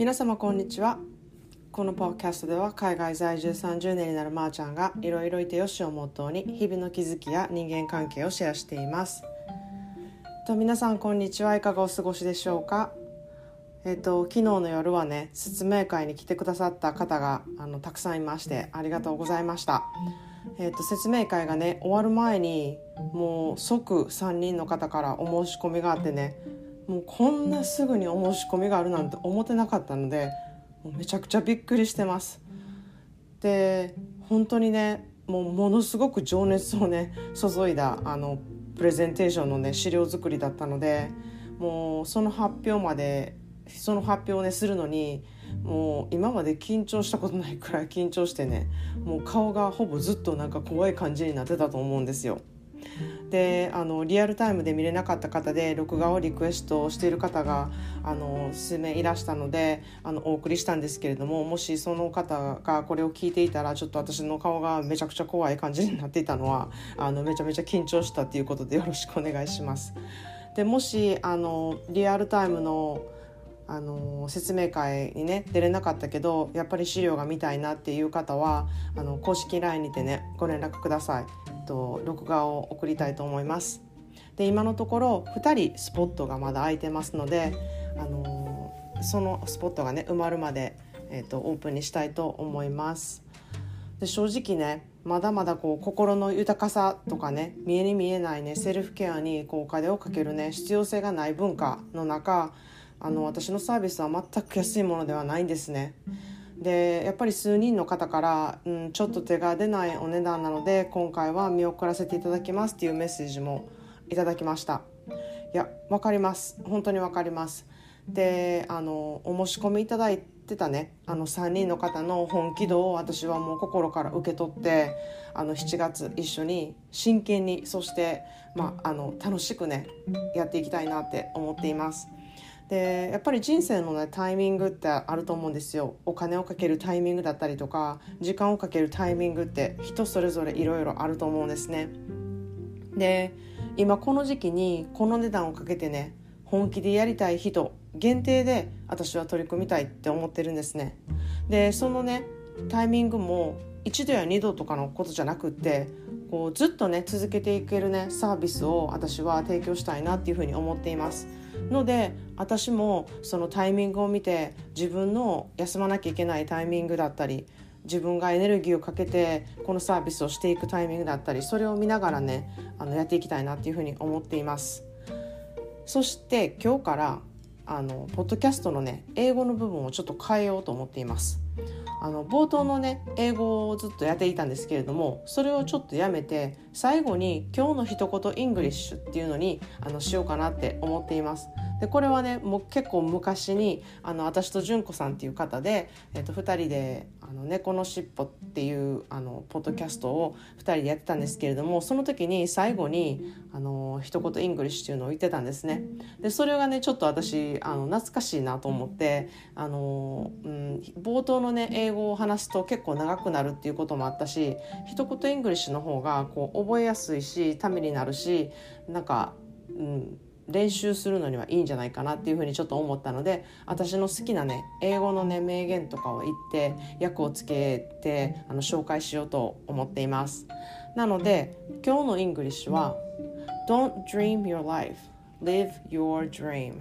皆様こんにちは。このポッドキャストでは海外在住30年になるまーちゃんがいろいろいてよしをモットーに日々の気づきや人間関係をシェアしています。皆さんこんにちは。いかがお過ごしでしょうか。昨日の夜はね、説明会に来てくださった方がたくさんいましてありがとうございました。説明会がね終わる前にもう即3人の方からお申し込みがあってね、もうこんなすぐにお申し込みがあるなんて思ってなかったので、もうめちゃくちゃびっくりしてます。で本当にね、ものすごく情熱をね注いだプレゼンテーションのね資料作りだったので、もうその発表をねするのにもう今まで緊張したことないくらい緊張してね、もう顔がほぼずっとなんか怖い感じになってたと思うんですよ。でリアルタイムで見れなかった方で録画をリクエストしている方が数名いらしたのでお送りしたんですけれども、もしその方がこれを聞いていたらちょっと私の顔がめちゃくちゃ怖い感じになっていたのはめちゃめちゃ緊張したということでよろしくお願いします。でもしリアルタイムの説明会にね出れなかったけどやっぱり資料が見たいなっていう方は公式 LINE にてねご連絡ください。録画を送りたいと思います。で今のところ2人スポットがまだ空いてますので、そのスポットがね埋まるまで、オープンにしたいと思います。で正直ねまだまだ心の豊かさとかね見えに見えないねセルフケアにお金をかけるね必要性がない文化の中、私のサービスは全く安いものではないんですね。でやっぱり数人の方から、ちょっと手が出ないお値段なので今回は見送らせていただきますっていうメッセージもいただきました。いや分かります、本当に分かります。でお申し込みいただいてたね3人の方の本気度を私はもう心から受け取って7月一緒に真剣にそして、楽しくねやっていきたいなって思っています。でやっぱり人生のねタイミングってあると思うんですよ。お金をかけるタイミングだったりとか時間をかけるタイミングって人それぞれいろいろあると思うんですね。で今この時期にこの値段をかけてね本気でやりたい人限定で私は取り組みたいって思ってるんですね。でそのねタイミングも1度や2度とかのことじゃなくってずっとね続けていけるねサービスを私は提供したいなっていうふうに思っていますので、私もそのタイミングを見て自分の休まなきゃいけないタイミングだったり自分がエネルギーをかけてこのサービスをしていくタイミングだったりそれを見ながらねやっていきたいなっていうふうに思っています。そして今日からポッドキャストのね英語の部分をちょっと変えようと思っています。冒頭のね英語をずっとやっていたんですけれども、それをちょっとやめて最後に今日の一言イングリッシュっていうのにしようかなって思っています。でこれはねもう結構昔に私と純子さんっていう方で、2人で猫のしっぽっていうポッドキャストを2人でやってたんですけれども、その時に最後に一言イングリッシュっていうのを言ってたんですね。でそれがねちょっと私懐かしいなと思って冒頭のね英語を話すと結構長くなるっていうこともあったし、一言イングリッシュの方が覚えやすいしためになるしなんか、練習するのにはいいんじゃないかなっていうふうにちょっと思ったので、私の好きなね英語のね名言とかを言って訳をつけて紹介しようと思っています。なので今日のイングリッシュは Don't dream your life, live your dream.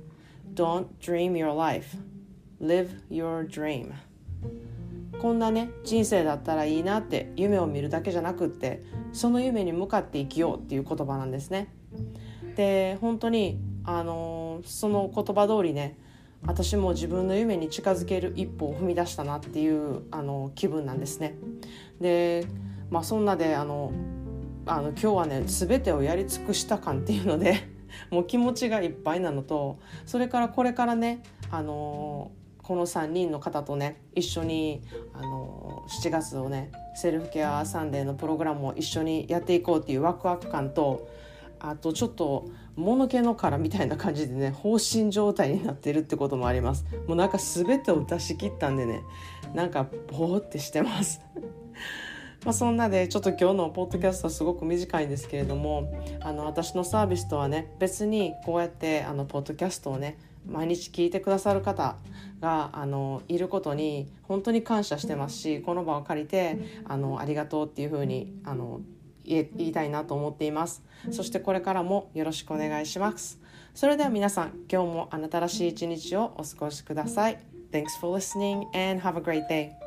Don't dream your life, live your dream. こんなね人生だったらいいなって夢を見るだけじゃなくってその夢に向かって生きようっていう言葉なんですね。で本当にその言葉通りね私も自分の夢に近づける一歩を踏み出したなっていう気分なんですね。でそんなで今日はね全てをやり尽くした感っていうのでもう気持ちがいっぱいなのと、それからこれからねこの3人の方とね一緒に7月をねセルフケアサンデーのプログラムを一緒にやっていこうっていうワクワク感と、あとちょっと物気の殻みたいな感じでね放心状態になってるってこともあります。もうなんか全てを出し切ったんでねなんかボーってしてますそんなでちょっと今日のポッドキャストはすごく短いんですけれども私のサービスとはね別にこうやってポッドキャストをね毎日聞いてくださる方がいることに本当に感謝してますし、この場を借りてありがとうっていうふうに言いたいなと思っています。そしてこれからもよろしくお願いします。それでは皆さん、今日もあなたらしい一日をお過ごしください。Thanks for listening and have a great day.